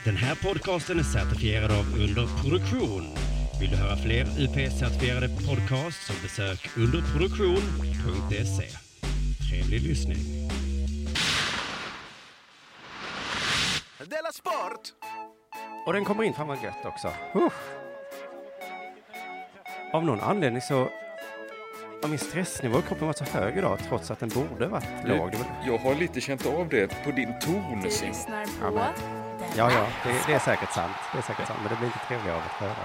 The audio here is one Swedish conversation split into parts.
Den här podcasten är certifierad av Underproduktion. Vill du höra fler UP-certifierade podcasts så besök underproduktion.se. Trevlig lyssning. Della Sport! Och den kommer in, fan vad gött också. Av någon anledning så har min stressnivå i kroppen varit så hög idag trots att den borde varit låg. Jag har lite känt av det på din ton. Du lyssnar på Ja, det är säkert sant. Det är säkert sant, men det blir inte trevligare av att höra.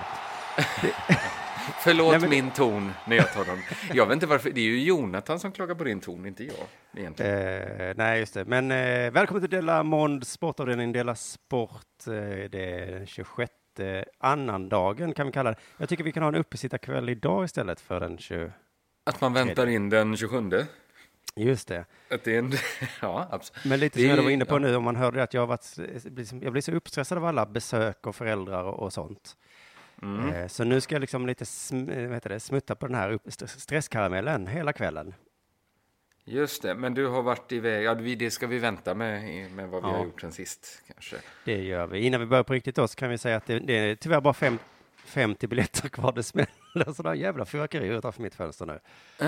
Förlåt min ton när jag tar dem. Jag vet inte varför, det är ju Jonathan som klagar på din ton, inte jag egentligen. Nej, just det. Men välkommen till Della Mond, sportavdelningen Della Sport. Det är 26 annandagen kan vi kalla det. Jag tycker vi kan ha en uppesittarkväll idag istället för den 20. Att man väntar in den 27. Just det. Att det är en, ja, absolut. Men lite som jag var inne på nu, om man hörde att jag blir så uppstressad av alla besök och föräldrar och sånt. Så nu ska jag liksom lite smutta på den här stresskaramellen hela kvällen. Just det, men du har varit iväg, ja, det ska vi vänta med vad vi har gjort sen sist kanske. Det gör vi. Innan vi börjar på riktigt då så kan vi säga att det är tyvärr bara 50 biljetter kvar, det smäller sådana jävla fyrverkerier utanför mitt fönster nu.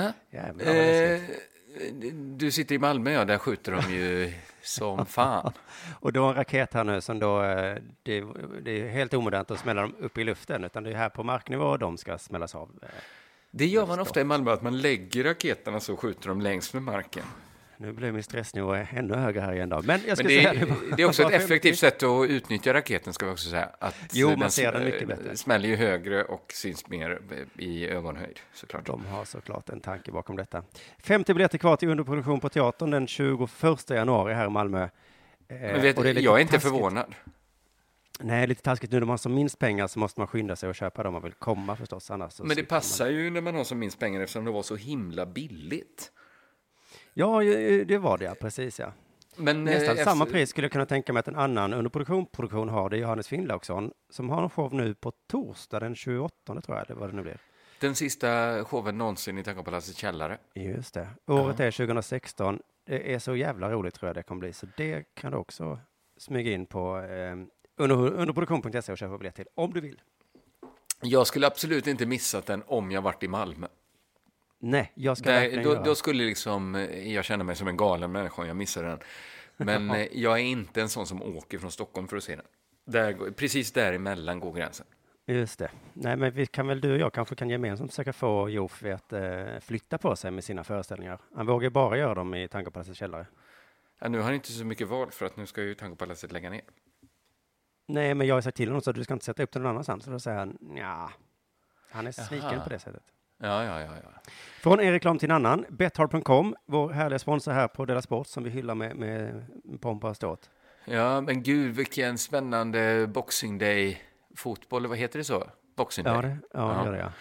Du sitter i Malmö, ja, där skjuter de ju som fan. Och då en raket här nu som då, det är helt omodernt att smälla dem upp i luften, utan det är här på marknivå de ska smällas av. Det gör man ofta i Malmö, att man lägger raketerna så skjuter de längs med marken. Nu blir min stressnivå ännu högre här igen då. Men jag ska det, säga det är också ett effektivt sätt att utnyttja raketen, ska vi också säga. Att man ser den mycket bättre. Smäller ju högre och syns mer i ögonhöjd, såklart. De har såklart en tanke bakom detta. 50 biljetter kvar till underproduktion på teatern den 21 januari här i Malmö. Men jag är inte förvånad. Nej, lite taskigt nu när man har som minst pengar så måste man skynda sig och köpa dem man vill komma förstås. Annars men det passar ju när man har som minst pengar eftersom det var så himla billigt. Ja, det var det, precis ja. Men nästan samma pris skulle jag kunna tänka mig att en annan underproduktion har. Det är Johannes Finnlaugsson som har en show nu på torsdag den 28 tror jag, eller vad det nu blir. Den sista showen någonsin i Tankopalatsets källare. Just det. Året är 2016. Det är så jävla roligt tror jag det kommer bli. Så det kan du också smyga in på underproduktion.se och köpa biljett till om du vill. Jag skulle absolut inte missat den om jag varit i Malmö. Nej, jag ska då skulle liksom jag känna mig som en galen människa om jag missade den. Men jag är inte en sån som åker från Stockholm för att se den. Precis däremellan går gränsen. Just det. Nej, men vi kan väl du och jag kanske kan gemensamt försöka få Jof att flytta på sig med sina föreställningar. Han vågar bara göra dem i Tankopalatsets källare. Ja, nu har han inte så mycket val för att nu ska ju Tankopalatset lägga ner. Nej, men jag har sagt till honom så att du ska inte sätta upp den någon annanstans. Så då säger han, ja, han är sniken på det sättet. Ja. Från en reklam till en annan. Bethard.com, vår härliga sponsor här på Della Sport som vi hyllar med pompa och ståt. Ja, men gud vilken spännande Boxing Day-fotboll, vad heter det så? Boxing Day? Det gör det,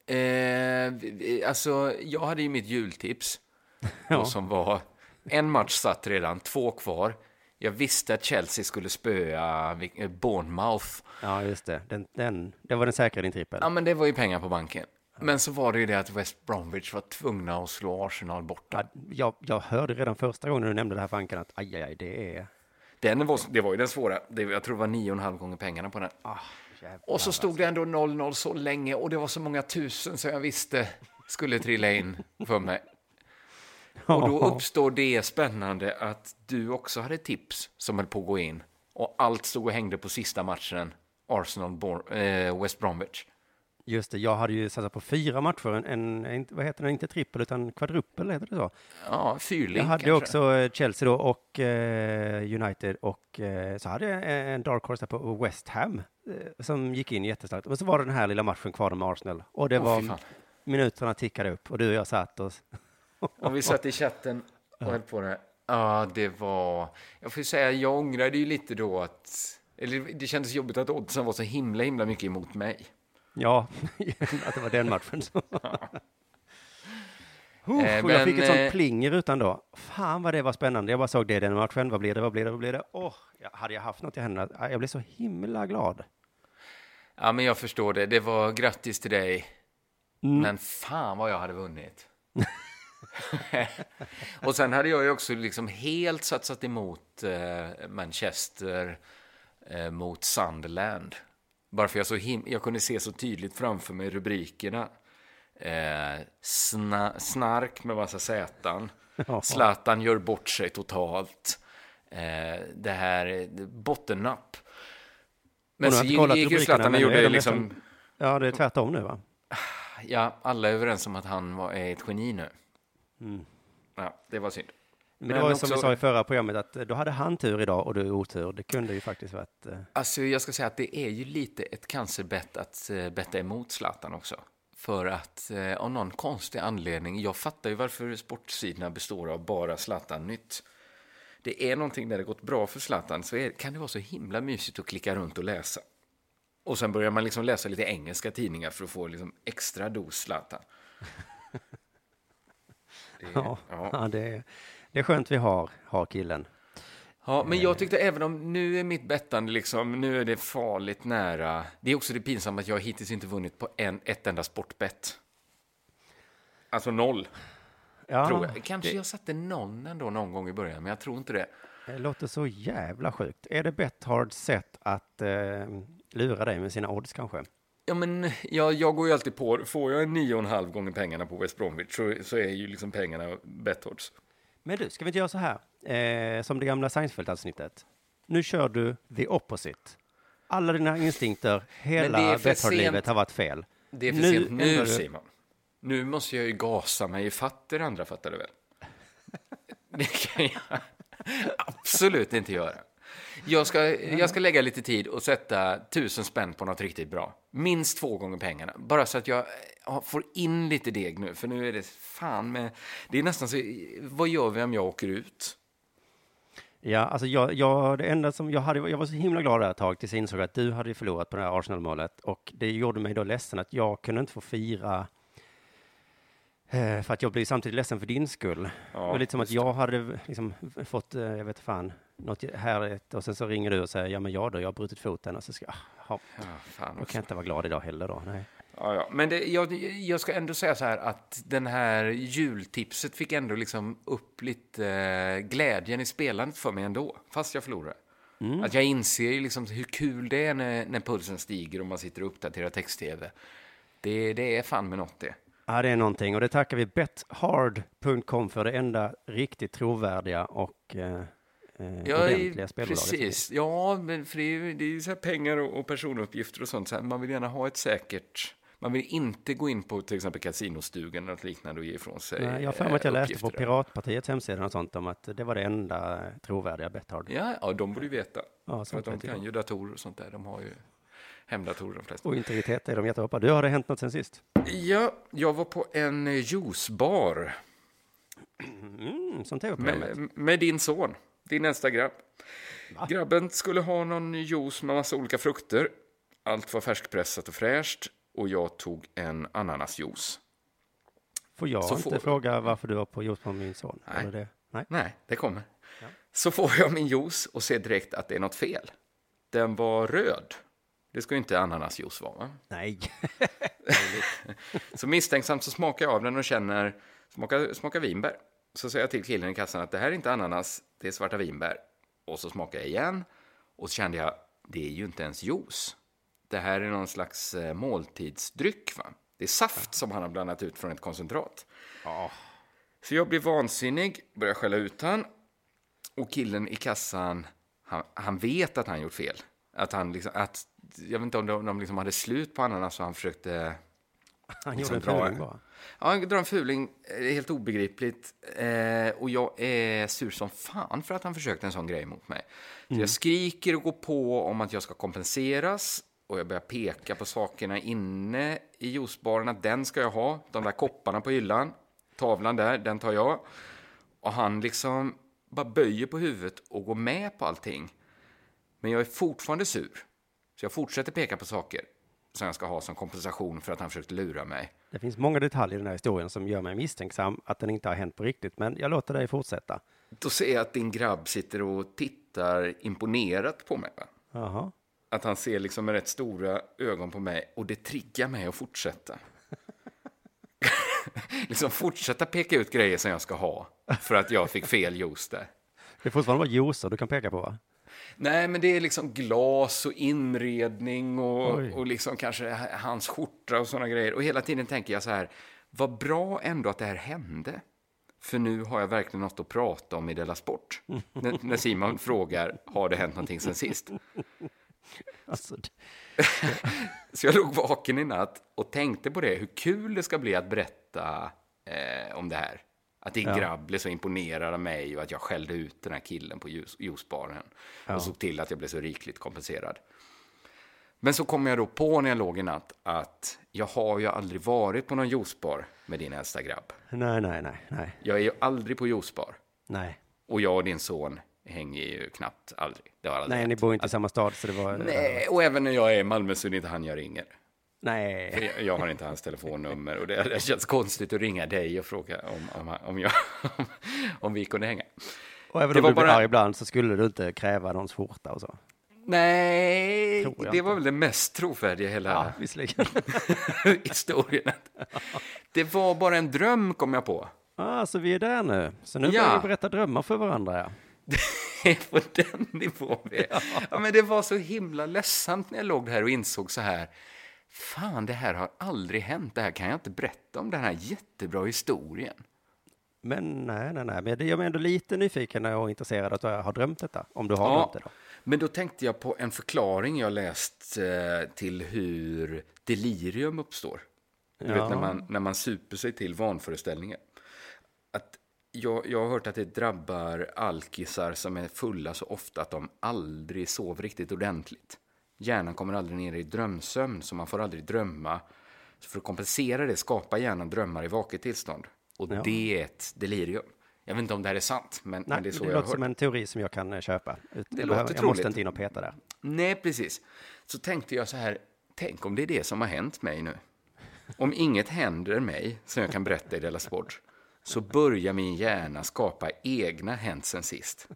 ja. Alltså, jag hade ju mitt jultips som var en match satt redan, 2 kvar. Jag visste att Chelsea skulle spöa Bournemouth. Ja, just det. Det var den säkra din trippel. Ja, men det var ju pengar på banken. Men så var det ju det att West Bromwich var tvungna att slå Arsenal borta. Ja, jag hörde redan första gången du nämnde det här fanken att det är... Det var ju den svåra. Jag tror det var 9,5 gånger pengarna på den. Och så stod det ändå 0-0 så länge och det var så många tusen så jag visste skulle trilla in för mig. Och då uppstår det spännande att du också hade tips som höll på att gå in. Och allt stod och hängde på sista matchen. Arsenal West Bromwich. Just det, jag hade ju satsat på 4 matcher. Vad heter det? Inte trippel utan kvadruppel heter det så. Ja, fyrling. Jag hade kanske också Chelsea då och United och så hade jag en dark horse där på West Ham som gick in jättestarkt. Och så var det den här lilla matchen kvar med Arsenal. Och det var minuterna tickade upp och du och jag satt och vi satt i chatten och höll på det. Ja, det var... Jag får säga, jag ångrade ju lite då att... Eller det kändes jobbigt att oddsen var så himla mycket emot mig. Ja, att det var den matchen. Jag fick ett sånt plinger utan då. Fan vad det var spännande. Jag bara såg det den matchen. Vad blir det? Hade jag haft något i händerna? Jag blev så himla glad. Ja, men jag förstår det. Det var grattis till dig. Men fan vad jag hade vunnit. Och sen hade jag ju också liksom helt satsat emot Manchester mot Sunderland. Bara för jag kunde se så tydligt framför mig rubrikerna. Snark med massa sätan. Zlatan gör bort sig totalt. Det här bottennapp. Men så gick ju Zlatan och gjorde liksom... Ja, det är tvärtom nu, va? Ja, alla är överens om att han är ett geni nu. Ja, det var synd. Men det var ju också... som vi sa i förra programmet, att då hade han tur idag och du otur. Det kunde ju faktiskt varit... Alltså, jag ska säga att det är ju lite ett cancerbett att betta emot Zlatan också. För att av någon konstig anledning, jag fattar ju varför sportsidorna består av bara Zlatan-nytt. Det är någonting där det gått bra för Zlatan, så kan det vara så himla mysigt att klicka runt och läsa. Och sen börjar man liksom läsa lite engelska tidningar för att få liksom extra dos Zlatan. Det är skönt vi har killen. Ja, men jag tyckte även om nu är mitt bettande liksom, nu är det farligt nära. Det är också det pinsamma att jag hittills inte vunnit på ett enda sportbett. Alltså 0. Ja, tror jag. Kanske jag satte någon ändå någon gång i början, men jag tror inte det. Det låter så jävla sjukt. Är det Bethards sätt att lura dig med sina odds kanske? Ja, men jag går ju alltid på, får jag 9,5 gånger pengarna på West Bromwich så är ju liksom pengarna Bethards. Men du, ska vi inte göra så här? Som det gamla Seinfeld-avsnittet. Nu kör du the opposite. Alla dina instinkter, hela Bethard-livet har varit fel. Det är för sent nu, Simon. Nu måste jag ju gasa mig i fatter, andra fattar du väl? Det kan jag absolut inte göra. Jag ska lägga lite tid och sätta 1000 spänn på något riktigt bra. Minst 2 gånger pengarna. Bara så att jag får in lite deg nu. För nu är det fan med... Det är nästan så... Vad gör vi om jag åker ut? Ja, alltså det enda som jag var så himla glad där ett tag tills jag insåg att du hade förlorat på det här Arsenal-målet. Och det gjorde mig då ledsen att jag kunde inte få fira... För att jag blev samtidigt ledsen för din skull. Ja, det var lite som att jag hade liksom fått, jag vet fan, något härligt. Och sen så ringer du och säger, ja men jag har brutit foten. Och så ska jag kan jag inte vara glad idag heller då. Nej. Ja. Men jag ska ändå säga så här att den här jultipset fick ändå liksom upp lite glädjen i spelandet för mig ändå. Fast jag förlorade. Att jag inser ju liksom hur kul det är när pulsen stiger och man sitter och uppdaterar text-tv. Det är fan med något det. Ja, det är någonting. Och det tackar vi bethard.com för, det enda riktigt trovärdiga och ordentliga spelbolaget. Precis. Ja, men för det är ju så här pengar och personuppgifter och sånt. Så här, man vill gärna ha ett säkert... Man vill inte gå in på till exempel kasinostugan eller något liknande och ge ifrån sig. Nej, jag har för mig att jag läste på Piratpartiets hemsida och sånt om att det var det enda trovärdiga Bethard. Ja, de borde ju veta. Ja, för att de kan ju datorer och sånt där. De har ju... hemdatorer de flesta. Och integritet är de jättehoppa. Du, har det hänt något sen sist? Ja, jag var på en juicebar. Som tv-programmet. Med din son, din nästa grabb. Va? Grabben skulle ha någon juice med massa olika frukter. Allt var färskpressat och fräscht. Och jag tog en ananasjuice. Får jag inte fråga varför du var på juice med min son? Nej, eller det? Nej, det kommer. Ja. Så får jag min juice och ser direkt att det är något fel. Den var röd. Det ska ju inte ananasjuice vara, va? Nej. Så misstänksamt så smakar jag av den och känner, smakar vinbär. Så säger jag till killen i kassan att det här är inte ananas, det är svarta vinbär. Och så smakar jag igen. Och så kände jag, det är ju inte ens juice. Det här är någon slags måltidsdryck, va? Det är saft som han har blandat ut från ett koncentrat. Oh. Så jag blir vansinnig, börjar skälla ut han. Och killen i kassan, han vet att han gjort fel. Att han liksom, jag vet inte om de liksom hade slut på ananas så han försökte... Han gjorde en fuling bara. Ja, han drar en fuling, helt obegripligt. Och jag är sur som fan för att han försökte en sån grej mot mig. Så jag skriker och går på om att jag ska kompenseras. Och jag börjar peka på sakerna inne i juicebaren. Att den ska jag ha. De där kopparna på hyllan. Tavlan där, den tar jag. Och han liksom bara böjer på huvudet och går med på allting. Men jag är fortfarande sur. Så jag fortsätter peka på saker som jag ska ha som kompensation för att han försökte lura mig. Det finns många detaljer i den här historien som gör mig misstänksam att den inte har hänt på riktigt. Men jag låter dig fortsätta. Då ser jag att din grabb sitter och tittar imponerat på mig, va? Jaha. Att han ser liksom med rätt stora ögon på mig. Och det triggar mig att fortsätta. Liksom fortsätta peka ut grejer som jag ska ha. För att jag fick fel juice där. Det får fortfarande vara juicer du kan peka på, va? Nej, men det är liksom glas och inredning och liksom kanske hans skjorta och såna grejer. Och hela tiden tänker jag så här, vad bra ändå att det här hände. För nu har jag verkligen något att prata om i Della Sport. När Simon frågar, har det hänt någonting sen sist? Alltså, Så jag låg vaken i natt och tänkte på det. Hur kul det ska bli att berätta om det här. Att din grabb blev så imponerad av mig och att jag skällde ut den här killen på juicebaren. Och såg till att jag blev så rikligt kompenserad. Men så kom jag då på när jag låg i natt att jag har ju aldrig varit på någon juicebar med din äldsta grabb. Nej. Jag är ju aldrig på juicebar. Nej. Och jag och din son hänger ju knappt aldrig. Det har aldrig Nej, ni bor inte i samma stad så det var... Nej, och även när jag är i Malmö så är det inte han jag ringer. Nej. För jag har inte hans telefonnummer och det känns konstigt att ringa dig och fråga om vi kunde hänga. Och även om du blir arg ibland så skulle du inte kräva någons skjorta och så. Nej, det var väl det mest trovärdiga hela historien. Det var bara en dröm, kom jag på. Så vi är där nu. Så nu börjar vi berätta drömmar för varandra, ja. Det är på den nivån vi är. Ja, men det var så himla ledsamt när jag låg här och insåg så här. Fan, det här har aldrig hänt. Det här kan jag inte berätta om, den här jättebra historien. Men nej. Men jag är ändå lite nyfiken och intresserad att jag har drömt detta. Om du har drömt det då. Men då tänkte jag på en förklaring jag läst till hur delirium uppstår. Du vet, när man super sig till vanföreställningar. Att jag har hört att det drabbar alkisar som är fulla så ofta att de aldrig sover riktigt ordentligt. Hjärnan kommer aldrig ner i drömsömn, så man får aldrig drömma. Så för att kompensera det skapar hjärnan drömmar i vaket tillstånd. Och det är ett delirium. Jag vet inte om det här är sant, men det är så jag har hört. Det låter som en teori som jag kan köpa. Jag måste inte in och peta där. Nej, precis. Så tänkte jag så här, tänk om det är det som har hänt mig nu. Om inget händer mig som jag kan berätta i Della Sport, så börjar min hjärna skapa egna hänt sen sist.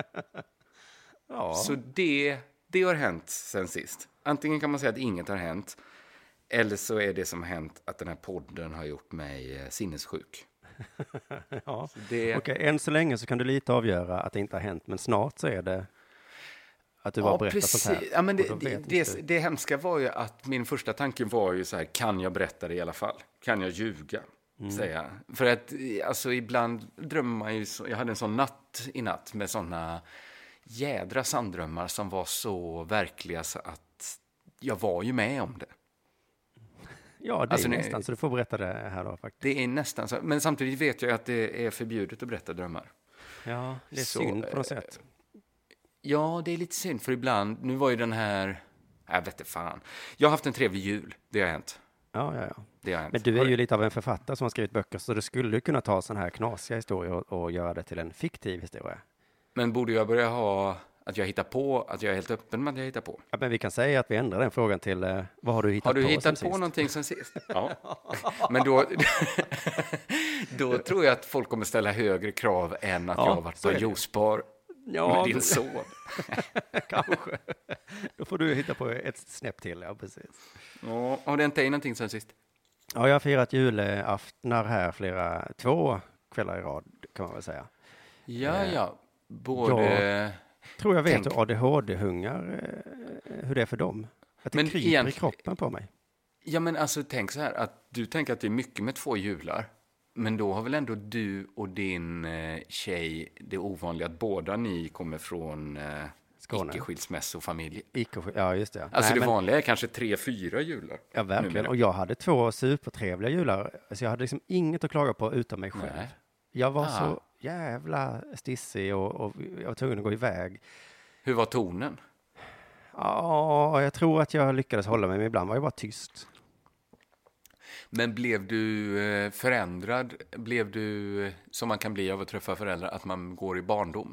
Så det har hänt sen sist. Antingen kan man säga att inget har hänt, eller så är det som har hänt att den här podden har gjort mig sinnessjuk. Okej, än så länge så kan du lite avgöra att det inte har hänt, men snart så är det att du bara berättar sånt här. Ja, men det hemska var ju att min första tanke var ju så här, kan jag berätta det i alla fall? Kan jag ljuga? Säga. För att alltså, ibland drömmer man ju, jag hade en sån natt i natt med såna jädra sanddrömmar som var så verkliga så att jag var ju med om det. Ja, det är nästan så du får berätta det här då faktiskt. Det är nästan så, men samtidigt vet jag att det är förbjudet att berätta drömmar. Ja, det är synd på något sätt. Ja, det är lite synd för ibland, nu var ju den här, jag vet inte fan. Jag har haft en trevlig jul, det har hänt. Ja. Det har hänt. Men du är ju lite av en författare som har skrivit böcker, så du skulle kunna ta sån här knasiga historier och göra det till en fiktiv historia. Men borde jag börja ha att jag hittar på, att jag är helt öppen med att jag hittar på? Ja, men vi kan säga att vi ändrar den frågan till vad har du hittat på? Har du hittat på någonting sen sist? Ja. Men då tror jag att folk kommer ställa högre krav än att jag har varit på en juicebar med din son. Kanske. Då får du hitta på ett snäpp till, ja precis. Ja, har det inte är någonting sen sist? Ja, jag har firat julaftnar här 2 kvällar i rad kan man väl säga. Ja. Jag tror jag vet hur ADHD-hungar, hur det är för dem. Att det kryper i kroppen på mig. Ja, men alltså tänk så här, att du tänker att det är mycket med 2 jular. Men då har väl ändå du och din tjej det ovanliga att båda ni kommer från icke-skilsmässofamilj. Ja, just det. Alltså det vanliga är kanske 3-4 jular. Ja, verkligen. Numera. Och jag hade 2 supertrevliga jular. Alltså jag hade liksom inget att klaga på utan mig själv. Nej. Jag var så jävla stissig och jag var tvungen att gå iväg. Hur var tonen? Ja, jag tror att jag lyckades hålla mig, men ibland var jag bara tyst. Men blev du förändrad? Blev du, som man kan bli av att träffa föräldrar, att man går i barndom?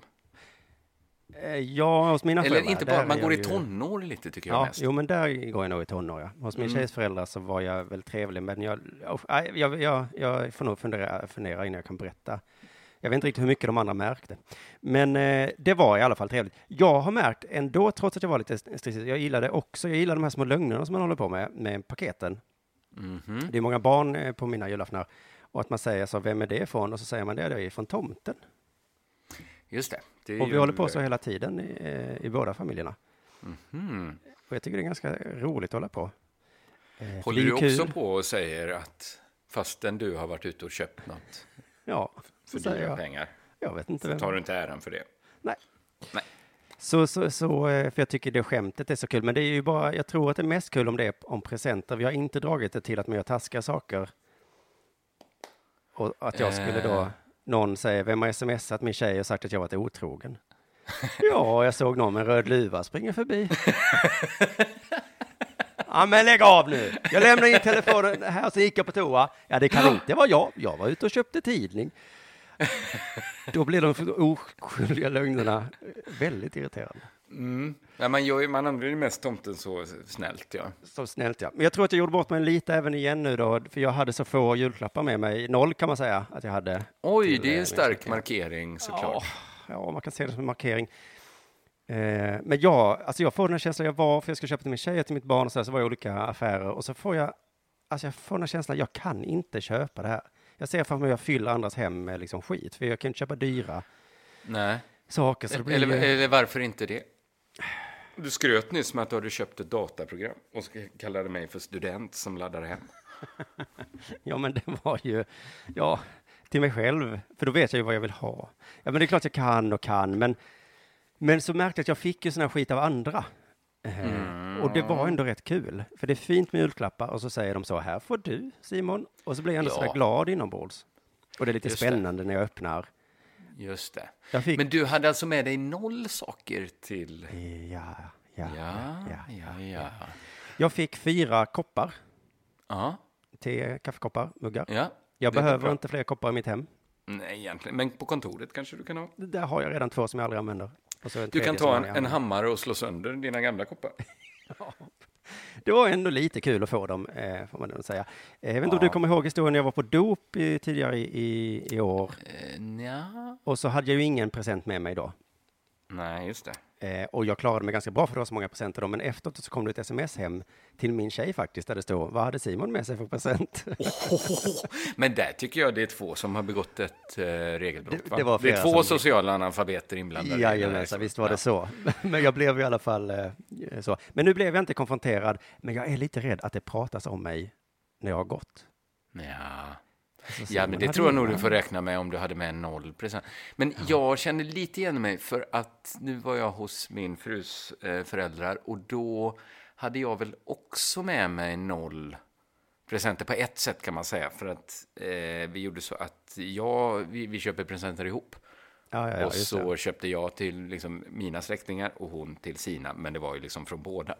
Ja, hos mina föräldrar. Eller inte bara, man går i tonår lite tycker jag mest. Jo, men där går jag nog i tonår, ja. Hos min tjejs föräldrar så var jag väl trevlig, men jag får nog fundera innan jag kan berätta. Jag vet inte riktigt hur mycket de andra märkte. Men det var i alla fall trevligt. Jag har märkt ändå, trots att jag var lite stressig, jag gillade de här små lögnerna som man håller på med paketen. Mm-hmm. Det är många barn på mina julaftnar. Och att man säger så, vem är det ifrån? Och så säger man det är från tomten. just det. Det och vi håller på så hela tiden i båda familjerna. Mm. Och jag tycker det är ganska roligt att hålla på. Håller du också på och säger att fastän du har varit ute och köpt något så för dyra pengar, jag vet inte så tar du inte äran för det? Nej. Så, för jag tycker det skämtet är så kul. Men det är ju bara, jag tror att det är mest kul om det är om presenter. Vi har inte dragit det till att man gör taskiga saker. Och att jag skulle då, någon säger, vem har smsat min tjej och sagt att jag varit otrogen? Ja, jag såg någon med en röd luva springa förbi. Ja, men lägg av nu. Jag lämnar in telefonen här så gick jag på toa. Ja, det kan inte vara jag. Jag var ute och köpte tidning. Då blir de oskyldiga lögnerna väldigt irriterande. Ja, man använder mest tomten så snällt, ja. Så snällt, ja. Men jag tror att jag gjorde bort mig lite även igen nu då. För jag hade så få julklappar med mig. 0 kan man säga att jag hade. Oj, det är en stark markering såklart. Ja, man kan se det som en markering. Men jag får den här känslan för jag ska köpa till min tjej och till mitt barn och så var jag i olika affärer. Och så får jag får den här känslan, jag kan inte köpa det här. Jag ser framför mig att jag fyller andras hem med liksom skit. För jag kan inte köpa dyra saker. Så det blir eller varför inte det? Du skröt nyss med att du hade köpt ett dataprogram och kallade mig för student som laddar hem. Ja, men det var ju, till mig själv. För då vet jag ju vad jag vill ha. Ja, men det är klart jag kan. Men så märkte jag att jag fick ju sån här skit av andra. Och det var ändå rätt kul. För det är fint med julklappar. Och så säger de så, här får du, Simon. Och så blir jag ändå så där glad inombords. Och det är lite spännande när jag öppnar. Just det. Men du hade alltså med dig 0 saker till... Ja. Jag fick 4 koppar. Kaffekoppar, muggar. Ja, jag behöver inte fler koppar i mitt hem. Nej, egentligen. Men på kontoret kanske du kan ha? Där har jag redan 2 som jag aldrig använder. Du kan ta en hammare och slå sönder dina gamla koppar. Ja. Det var ändå lite kul att få dem, får man nog säga. Jag vet inte om du kommer ihåg historien när jag var på dop tidigare i år. Och så hade jag ju ingen present med mig då. Nej, just det. Och jag klarade mig ganska bra för det var så många presenter då. Men efteråt så kom det ett sms hem till min tjej faktiskt där det stod, vad hade Simon med sig för present? Men där tycker jag det är 2 som har begått ett regelbrott. Det är 2 sociala analfabeter inblandade. Jajamensan, visst var det så. Men jag blev i alla fall så. Men nu blev jag inte konfronterad. Men jag är lite rädd att det pratas om mig när jag har gått. Ja, men det tror jag nog du får räkna med om du hade med 0 present. Men jag känner lite igen mig för att nu var jag hos min frus föräldrar och då hade jag väl också med mig 0 presenter på ett sätt kan man säga. För att vi gjorde så att vi köper presenter ihop. Och så köpte jag till liksom, mina släktingar och hon till sina. Men det var ju liksom från båda.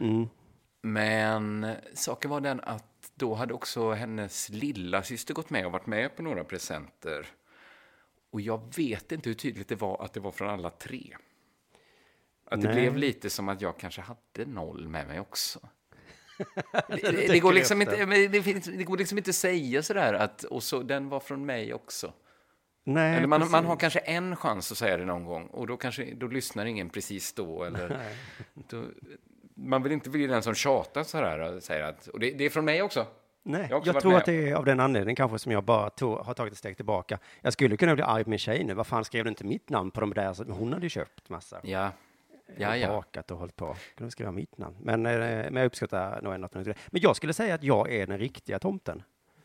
Men saken var den att då hade också hennes lilla syster gått med och varit med på några presenter. Och jag vet inte hur tydligt det var att det var från alla 3. Att det blev lite som att jag kanske hade 0 med mig också. Det går liksom inte, det går liksom inte att säga sådär att och så den var från mig också. Nej, eller man har kanske en chans att säga det någon gång och då lyssnar ingen precis då eller man vill inte bli den som tjatar så här och säger att och det är från mig också. Nej, jag tror att det är av den anledningen kanske som jag bara har tagit ett steg tillbaka. Jag skulle kunna bli arg på min tjej nu. Vad fan skrev du inte mitt namn på de där? Så hon hade ju köpt massa. Ja. Bakat och hållit på. Kunde skriva mitt namn. Men jag uppskattar nog ändå. Men jag skulle säga att jag är den riktiga tomten.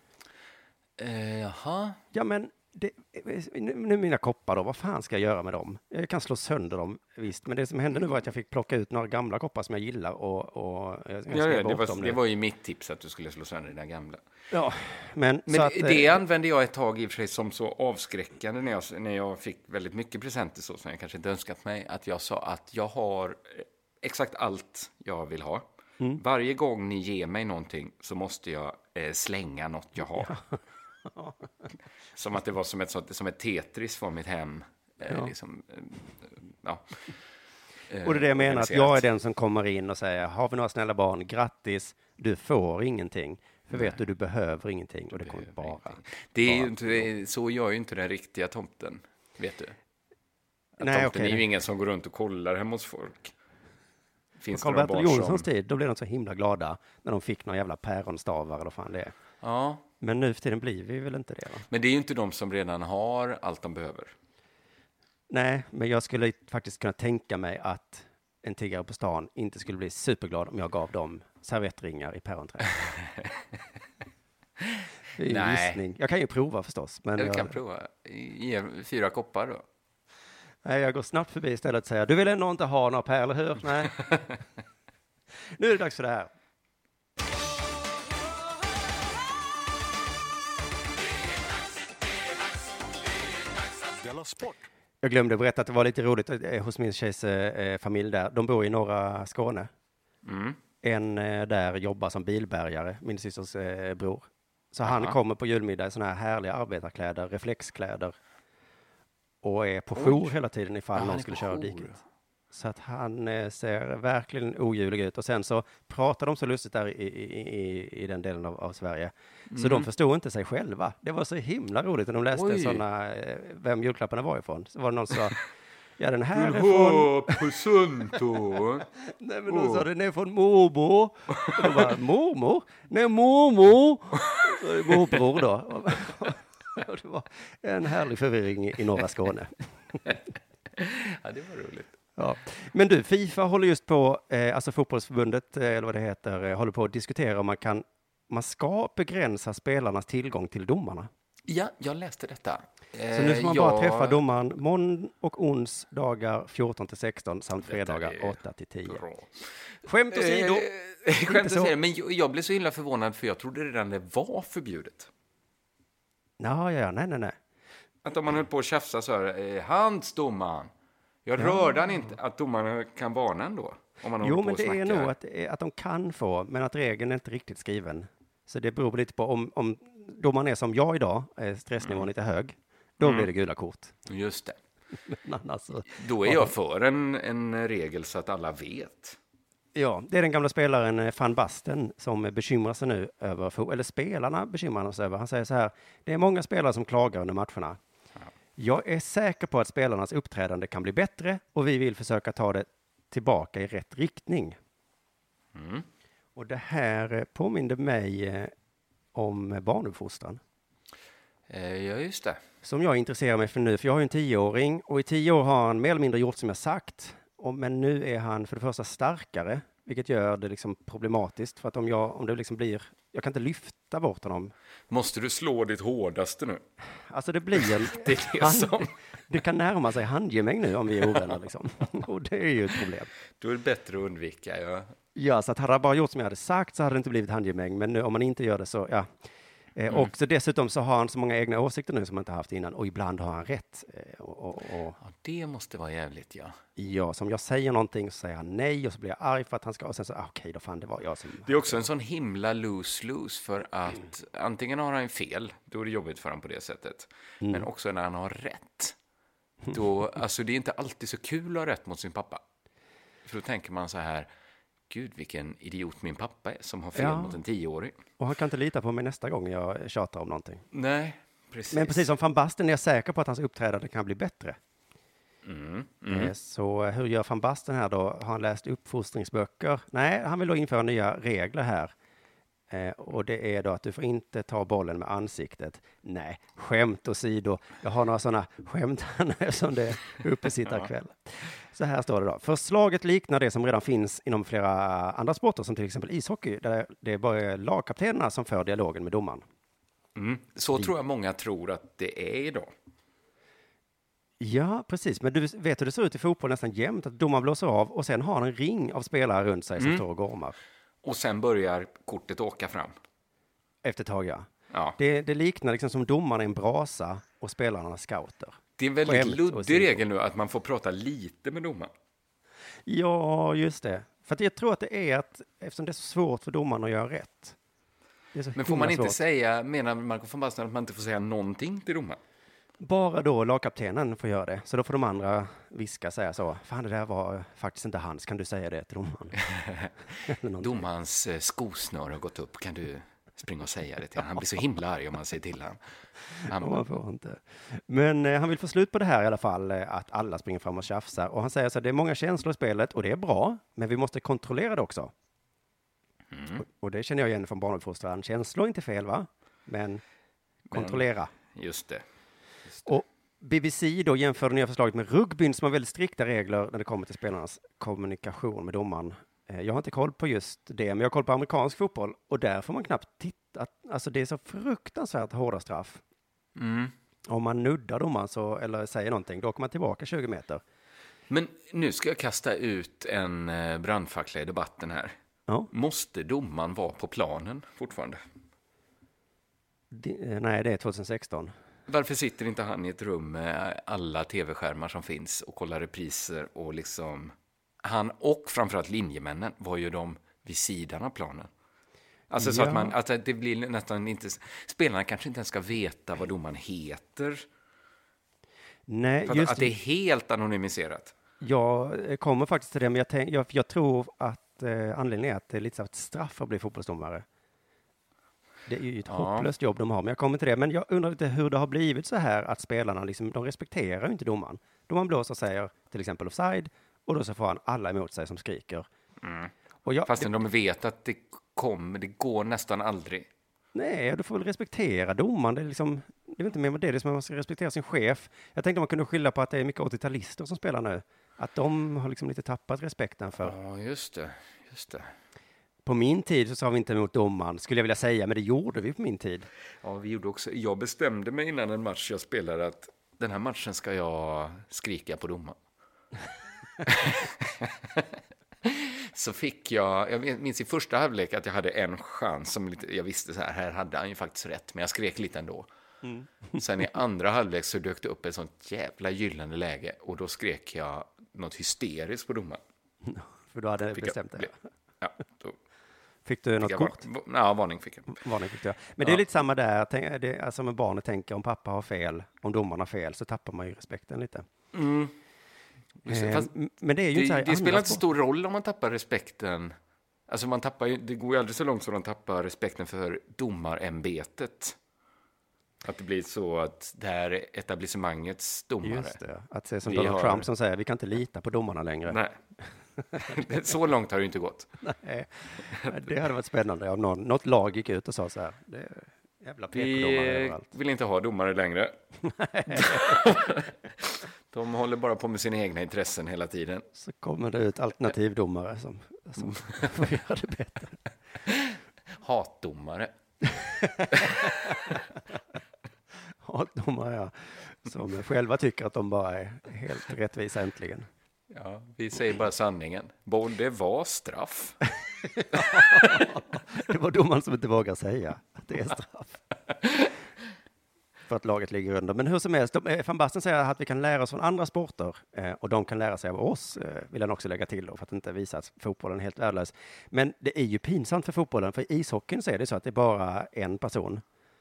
Jaha. Ja, men nu mina koppar då, vad fan ska jag göra med dem? Jag kan slå sönder dem, visst. Men det som hände nu var att jag fick plocka ut några gamla koppar som jag gillar och det var ju mitt tips att du skulle slå sönder dina gamla. Ja, men så att, det använde jag ett tag i och för sig som så avskräckande när jag fick väldigt mycket presenter så som jag kanske inte önskat mig. Att jag sa att jag har exakt allt jag vill ha. Varje gång ni ger mig någonting så måste jag slänga något jag har. Som att det var som ett Tetris för mitt hem. Liksom, och det är det jag menar, att jag är den som kommer in och säger, har vi några snälla barn, grattis, du får ingenting. För vet du behöver ingenting och det kommer bara. Det är ju inte, så gör ju inte den riktiga tomten, vet du. Tomten är ju ingen som går runt och kollar hemma hos folk. Finns Carl Bertil Jonssons tid, då blev de så himla glada när de fick några jävla päronstavar eller vad fan det är. Ja. Men nu för tiden blir vi väl inte det, va? Men det är ju inte de som redan har allt de behöver. Nej, men jag skulle faktiskt kunna tänka mig att en tiggare på stan inte skulle bli superglad om jag gav dem servettringar i päronträd. Det är ju en gissning. Jag kan ju prova förstås. Men du kan prova. Ge 4 koppar då. Nej, jag går snabbt förbi istället och säger, du vill ändå inte ha några Per, eller hur? Nej. Nu är det dags för det här. Jag glömde berätta att det var lite roligt hos min tjejs familj där. De bor i norra Skåne. Mm. En där jobbar som bilbärgare, min systers bror. Så han kommer på julmiddag i såna här härliga arbetarkläder, reflexkläder. Och är på jour hela tiden ifall någon skulle köra diket. Så att han ser verkligen ojulig ut. Och sen så pratar de så lustigt där i den delen av Sverige. Så de förstod inte sig själva. Det var så himla roligt när de läste sådana, vem julklapparna var ifrån. Så var det någon som sa, ja den här är från... Nej men de sa, den är från mormor. Och de bara, mormor? Nej mormor! Morbror då. Och det var en härlig förvirring i norra Skåne. Ja, det var roligt. Ja. Men du, FIFA håller just på, alltså fotbollsförbundet, eller vad det heter, håller på att diskutera om man ska begränsa spelarnas tillgång till domarna. Ja, jag läste detta. Så nu får man bara träffa domaren månd- och onsdagar 14-16 samt fredagar 8-10. Skämt åsido. Skämt åsido, men jag blev så himla förvånad för jag trodde redan det var förbjudet. Nej. Att om man höll på att tjafsa så här, handsdomaren. Jag rörde han inte, att domarna kan varna ändå. Om man jo, men det är nog att de kan få, men att regeln är inte riktigt skriven. Så det beror lite på om domaren är som jag idag, stressnivån lite hög, då blir det gula kort. Just det. Men alltså, då är jag för en regel så att alla vet. Ja, det är den gamla spelaren Van Basten som bekymrar sig nu över, eller spelarna bekymrar sig över. Han säger så här, det är många spelare som klagar under matcherna. Jag är säker på att spelarnas uppträdande kan bli bättre och vi vill försöka ta det tillbaka i rätt riktning. Och det här påminner mig om barnuppfostran. Ja, just det. Som jag intresserar mig för nu, för jag har ju en 10-åring och i 10 år har han mer eller mindre gjort som jag sagt. Men nu är han för det första starkare, vilket gör det liksom problematiskt. För att om det liksom blir, jag kan inte lyfta bort honom. Måste du slå ditt hårdaste nu? Alltså det blir det kan närma sig handgemäng nu om vi är ovänner liksom. Och det är ju ett problem. Då är det bättre att undvika, ja. Ja, så att hade jag bara gjort som jag hade sagt så hade det inte blivit handgemäng. Men nu om man inte gör det så, ja. Och så dessutom så har han så många egna åsikter nu som han inte haft innan. Och ibland har han rätt. Ja, det måste vara jävligt, ja. Ja, som jag säger någonting så säger han nej och så blir jag arg för att han ska. Och sen så, okej, då fan det var jag som... Det är också en sån himla lose-lose för att antingen har han fel, då är det jobbigt för honom på det sättet. Men också när han har rätt. Då, alltså det är inte alltid så kul att ha rätt mot sin pappa. För då tänker man så här, gud vilken idiot min pappa är som har fel mot en 10-åring. Och han kan inte lita på mig nästa gång jag tjatar om någonting. Nej, precis. Men precis som Van Basten är jag säker på att hans uppträdande kan bli bättre. Så hur gör Van Basten här då? Har han läst uppfostringsböcker? Nej, han vill då införa nya regler här. Och det är då att du får inte ta bollen med ansiktet. Nej, skämt åsido. Jag har några sådana skämt här som det är uppesittarkväll. Så här står det då. Förslaget liknar det som redan finns inom flera andra sporter som till exempel ishockey. Där det är bara lagkaptenerna som för dialogen med domaren. Så tror jag många tror att det är idag. Ja, precis. Men du vet hur det ser ut i fotboll nästan jämt. Att domaren blåser av och sen har han en ring av spelare runt sig som står och gormar. Och sen börjar kortet åka fram. Efter ett tag, ja. Ja. Det liknar liksom som domarna är en brasa och spelarna är scouter. Det är en väldigt luddig regel nu att man får prata lite med domaren. Ja, just det. För att jag tror att det är att, eftersom det är så svårt för domaren att göra rätt. Men får man inte säga, menar Marco von Basten, att man inte får säga någonting till domaren? Bara då lagkaptenen får göra det. Så då får de andra säga så. Fan, det där var faktiskt inte hans. Kan du säga det till domaren? Domarens skosnör har gått upp. Kan du springa och säga det till honom? Han blir så himla arg om man säger till honom. Man får inte. Men han vill få slut på det här i alla fall. Att alla springer fram och tjafsar. Och han säger så här, det är många känslor i spelet. Och det är bra. Men vi måste kontrollera det också. Och det känner jag igen från barnuppfostran. Känslor är inte fel, va? Men kontrollera. Just det. Och BBC då jämför det nya förslaget med rugbyn som har väldigt strikta regler när det kommer till spelarnas kommunikation med domaren. Jag har inte koll på just det, men jag har koll på amerikansk fotboll och där får man knappt titta. Alltså det är så fruktansvärt hårda straff. Om man nuddar domaren så, eller säger någonting, då kommer man tillbaka 20 meter. Men nu ska jag kasta ut en brandfackla i debatten här. Ja. Måste domaren vara på planen fortfarande? Nej, det är 2016. Varför sitter inte han i ett rum med alla tv-skärmar som finns och kollar repriser och liksom... Han och framförallt linjemännen var ju de vid sidan av planen. Alltså så att det blir nästan inte... Spelarna kanske inte ens ska veta vad domaren heter. Nej, just att det är helt anonymiserat. Jag kommer faktiskt till det, men jag tror att anledningen är att det är lite så ett straff att bli fotbollsdomare. Det är ju ett hopplöst jobb de har, men jag kommer till det. Men jag undrar lite hur det har blivit så här att spelarna liksom, de respekterar ju inte domaren. Domaren blåser och säger till exempel offside och då så får han alla emot sig som skriker. Och fastän de vet att det går nästan aldrig. Nej, du får väl respektera domaren. Det är inte mer med det. Det är som att man ska respektera sin chef. Jag tänkte man kunde skylla på att det är mycket 80-talister som spelar nu. Att de har liksom lite tappat respekten för... Ja, just det. På min tid så sa vi inte emot domaren, skulle jag vilja säga, men det gjorde vi på min tid. Ja, vi gjorde också. Jag bestämde mig innan en match jag spelade att den här matchen ska jag skrika på domaren. Så fick jag minns i första halvlek att jag hade en chans som jag visste så här hade han ju faktiskt rätt, men jag skrek lite ändå. Sen i andra halvlek så dök det upp ett sånt jävla gyllene läge och då skrek jag något hysteriskt på domaren. För du hade bestämt det. Ja, då fick du något kort? Ja, varning fick jag. Varning fick du. Men det är lite samma där, alltså med barnet tänker om pappa har fel, om domaren har fel så tappar man ju respekten lite. Men det är ju inte så här, det spelar inte stor roll om man tappar respekten. Alltså det går ju aldrig så långt så de tappar respekten för domarämbetet. Att det blir så att det här är etablissemangets domare. Just det, att se som Donald Trump som säger vi kan inte lita på domarna längre. Nej. Så långt har det inte gått. Nej, det hade varit spännande om något lag gick ut och sa så här. Det är jävla PK-domare överallt. Vi vill inte ha domare längre. De håller bara på med sina egna intressen hela tiden. Så kommer det ut alternativdomare som får göra det bättre. Hatdomare. Hatdomare, ja. Som själva tycker att de bara är helt rättvisa äntligen. Ja, vi säger bara sanningen. Det var straff. Det var domaren som inte vågar säga att det är straff. För att laget ligger under. Men hur som helst, Van Basten säger att vi kan lära oss från andra sporter och de kan lära sig av oss, vill han också lägga till då, för att inte visa att fotbollen är helt värdelös. Men det är ju pinsamt för fotbollen, för i ishockeyn så är det så att det är bara en person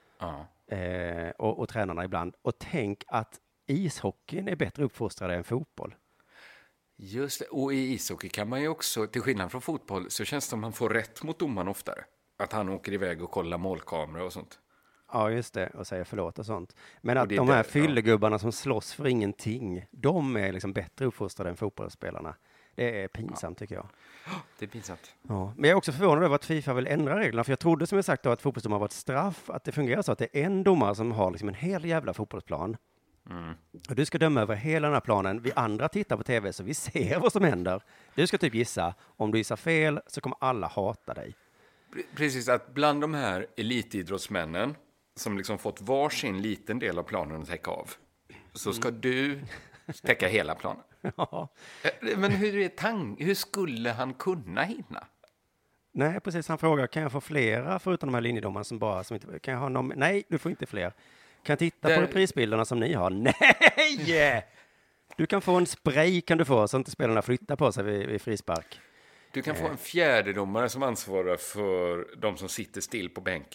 och tränarna ibland. Och tänk att ishockeyn är bättre uppfostrade än fotboll. Just det, och i ishockey kan man ju också, till skillnad från fotboll, så känns det som man får rätt mot domaren oftare. Att han åker iväg och kollar målkameror och sånt. Ja, just det. Och säger förlåt och sånt. Men att de här fyllegubbarna som slåss för ingenting, de är liksom bättre uppfostrade än fotbollsspelarna. Det är pinsamt tycker jag. Det är pinsamt. Ja. Men jag är också förvånad över att FIFA vill ändra reglerna. För jag trodde som jag sagt då att fotbollsdomare var ett straff. Att det fungerar så att det är en domare som har liksom en hel jävla fotbollsplan. Och du ska döma över hela den här planen. Vi andra tittar på tv så vi ser vad som händer. Du ska typ gissa. Om du gissar fel så kommer alla hata dig. Precis, att bland de här elitidrottsmännen som liksom fått varsin liten del av planen att täcka av, så ska du täcka hela planen. Ja. Men hur skulle han kunna hinna? Nej, precis. Han frågar, kan jag få flera förutom de här linjedomarna som inte... Kan jag ha någon... Nej, du får inte fler. Kan jag titta på reprisbilderna som ni har? Nej! Du kan få en spray kan du få så inte spelarna flyttar på sig vid frispark. Du kan få en fjärdedomare som ansvarar för de som sitter still på bänken.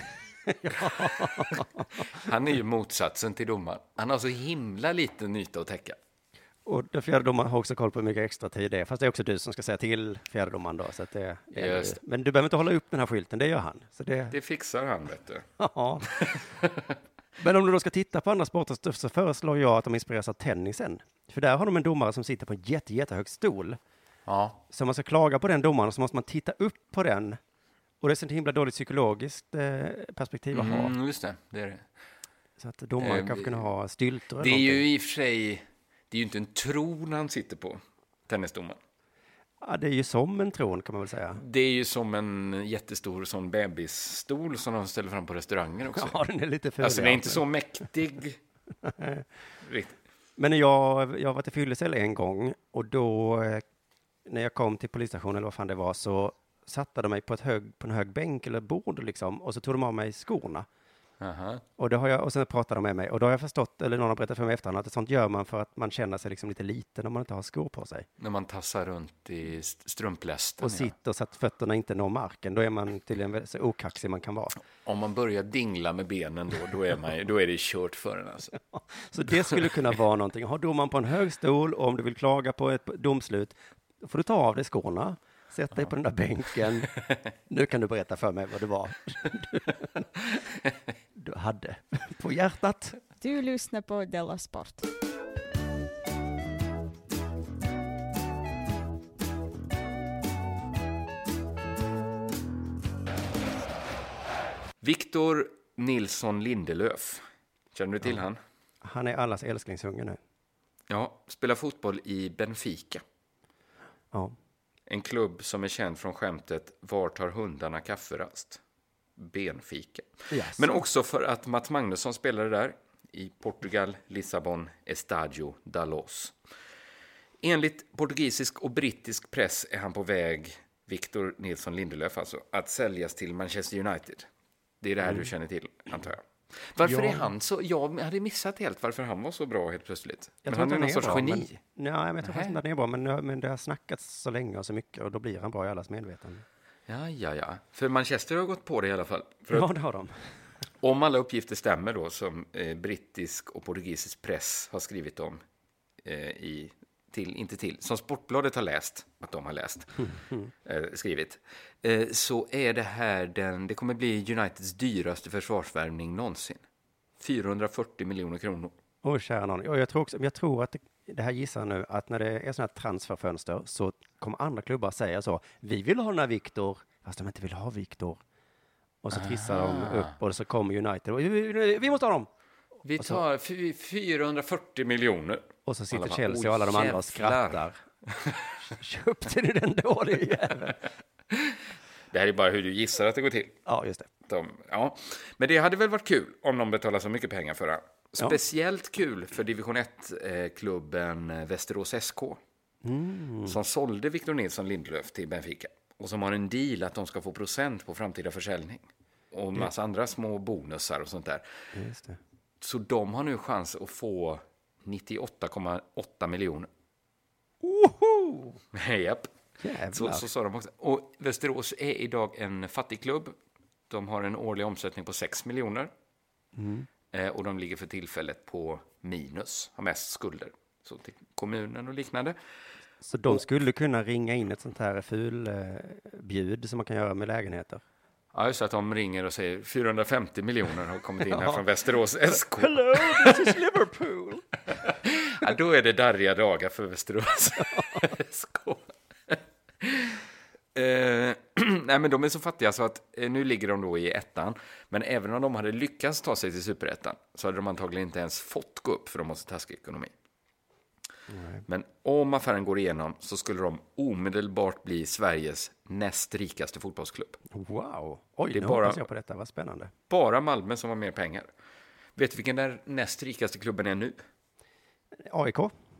Han är ju motsatsen till domaren. Han har så himla liten yta att täcka. Och den fjärde domaren har också koll på hur mycket extra tid det är. Fast det är också du som ska säga till fjärde domaren då. Så att det är men du behöver inte hålla upp den här skylten, det gör han. Så det fixar han, vet du. Ja. Men om du då ska titta på andra sporter så föreslår jag att de inspireras av tennisen. För där har de en domare som sitter på en jättehög stol. Ja. Så om man ska klaga på den domaren så måste man titta upp på den. Och det är så ett himla dåligt psykologiskt perspektiv att ha. Just det, det är det. Så att domaren kanske kunde ha styltor. Det är ju i och för sig, det är ju inte en tron han sitter på, tennisdomaren. Ja, det är ju som en tron kan man väl säga. Det är ju som en jättestor sån bebisstol som de ställer fram på restauranger också. Ja, den är lite för. Alltså den är inte så mäktig. Riktigt. Men jag var till fyllecell en gång och då när jag kom till polisstationen eller vad fan det var så satte de mig på en hög bänk eller bord liksom och så tog de av mig skorna. Aha. Och sen pratade de med mig och då har jag förstått, eller någon har berättat för mig efterhand, att sånt gör man för att man känner sig liksom lite liten om man inte har skor på sig. När man tassar runt i strumplästen. Och sitter så att fötterna inte når marken, då är man tydligen så okaxig man kan vara. Om man börjar dingla med benen då är det kört för en alltså. Så det skulle kunna vara någonting. Har domaren på en hög stol och om du vill klaga på ett domslut, då får du ta av dig skorna. Sätt dig på den där bänken. Nu kan du berätta för mig vad det var du hade på hjärtat. Du lyssnar på Della Sport. Victor Nilsson Lindelöf. Känner du till han? Han är allas älsklingsunge nu. Ja, spelar fotboll i Benfica. Ja. En klubb som är känd från skämtet var tar hundarna kafferast? Benfica. Yes. Men också för att Mats Magnusson spelade där i Portugal, Lissabon, Estádio da Luz. Enligt portugisisk och brittisk press är han på väg, Victor Nilsson Lindelöf alltså, att säljas till Manchester United. Det är det här du känner till, antar jag. Varför är han så... Jag hade missat helt varför han var så bra helt plötsligt. Men han är någon sorts geni. Nej, men jag tror faktiskt att han är bra. Men det har snackats så länge och så mycket och då blir han bra i allas medvetande. Ja. För Manchester har gått på det i alla fall. Ja, det har de. Om alla uppgifter stämmer då som brittisk och portugisisk press har skrivit om som Sportbladet har läst, att de har läst, skrivit, så är det här det kommer bli Uniteds dyraste försvarsvärvning någonsin. 440 miljoner kronor. Åh, kära någon. Jag tror att det här gissar nu att när det är sådana här transferfönster så kommer andra klubbar säga så, vi vill ha den här Victor, fast de inte vill ha Victor. Och så trissar de upp och så kommer United och vi måste ha dem. Vi tar 440 miljoner. Och så sitter Chelsea och alla de andra och skrattar. Köpte ni den dåliga jäveln? Det här är bara hur du gissar att det går till. Ja, just det. Men det hade väl varit kul om de betalar så mycket pengar för det. Speciellt kul för division 1-klubben Västerås SK. Som sålde Victor Nilsson Lindelöf till Benfica. Och som har en deal att de ska få procent på framtida försäljning. Och en massa andra små bonusar och sånt där. Just det. Så de har nu chans att få 98,8 miljoner. Woho! Japp. Så sa de också. Och Västerås är idag en fattig klubb. De har en årlig omsättning på 6 miljoner. Och de ligger för tillfället på minus. Har mest skulder. Så till kommunen och liknande. Så de skulle kunna ringa in ett sånt här fulbjud som man kan göra med lägenheter? Ja, just att de ringer och säger 450 miljoner har kommit in här från Västerås SK. Hello, this is Liverpool. Ja, då är det darriga dagar för Västerås SK. Nej, men de är så fattiga så att nu ligger de då i ettan. Men även om de hade lyckats ta sig till superettan så hade de antagligen inte ens fått gå upp för de måste taskig ekonomi. Nej. Men om affären går igenom så skulle de omedelbart bli Sveriges näst rikaste fotbollsklubb. Wow, oj, det nu bara, hoppas jag på detta, vad spännande. Bara Malmö som har mer pengar. Vet du vilken den näst rikaste klubben är nu? AIK?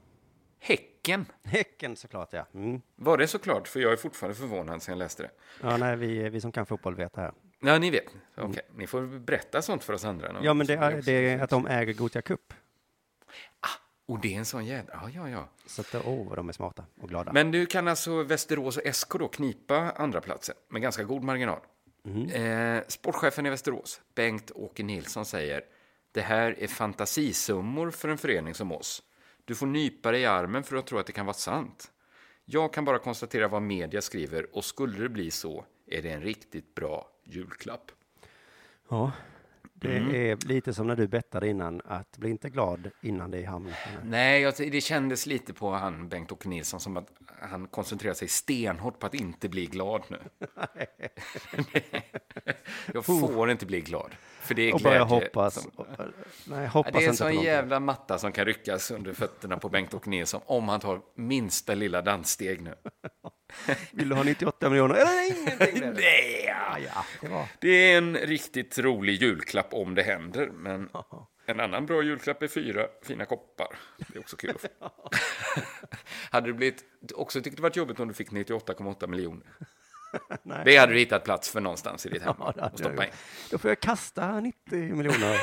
Häcken såklart, ja. Var det såklart? För jag är fortfarande förvånad sen jag läste det. Ja, nej, vi som kan fotboll vet det här. Ja, ni vet. Okej. Ni får berätta sånt för oss andra. Ja, men det är att de äger Gothia Cup. Och det är en sån jävla... Ja. Så att, de är smarta och glada. Men du kan alltså Västerås och SK då knipa andra platsen med ganska god marginal. Sportchefen i Västerås, Bengt-Åke Nilsson, säger: det här är fantasisummor för en förening som oss. Du får nypa dig i armen för att tro att det kan vara sant. Jag kan bara konstatera vad media skriver och skulle det bli så är det en riktigt bra julklapp. Ja. Det är lite som när du bettade innan, att bli inte glad innan det är hamn. Nej, det kändes lite på han Bengt-Åke Nilsson som att han koncentrerar sig stenhårt på att inte bli glad nu. Jag får inte bli glad. För det är och glädje. börja hoppas. Nej, hoppas det är en inte på sån någonting. jävla matta som kan ryckas under fötterna på Bengt-Åke Nilsson om han tar minsta lilla danssteg nu. Vill du ha 98 miljoner? Eller ingenting? Nej, Ja, det var... det är en riktigt rolig julklapp om det händer, men en annan bra julklapp är 4 fina koppar. Det är också kul att få. Hade det blivit, också tyckte det varit jobbigt om du fick 98,8 miljoner. Nej. Det hade du hittat plats för någonstans i ditt hem. Ja, det hade Och stoppa in. Då får jag kasta 90 miljoner.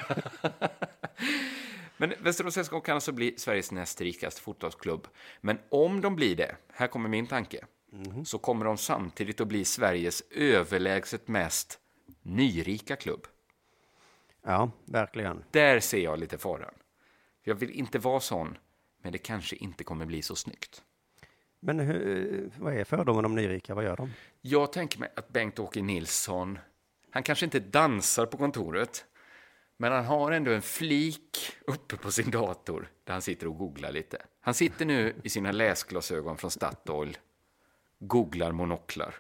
Men Västerås SK kan alltså bli Sveriges näst rikaste fotbollsklubb. Men om de blir det, här kommer min tanke, så kommer de samtidigt att bli Sveriges överlägset mest nyrika klubb. Ja, verkligen. Där ser jag lite faran. Jag vill inte vara sån, men det kanske inte kommer bli så snyggt. Men vad är fördomen om nyrika? Vad gör de? Jag tänker mig att Bengt-Åke Nilsson, han kanske inte dansar på kontoret, men han har ändå en flik uppe på sin dator där han sitter och googlar lite. Han sitter nu i sina läsglasögon från Statoil, googlar monoklar.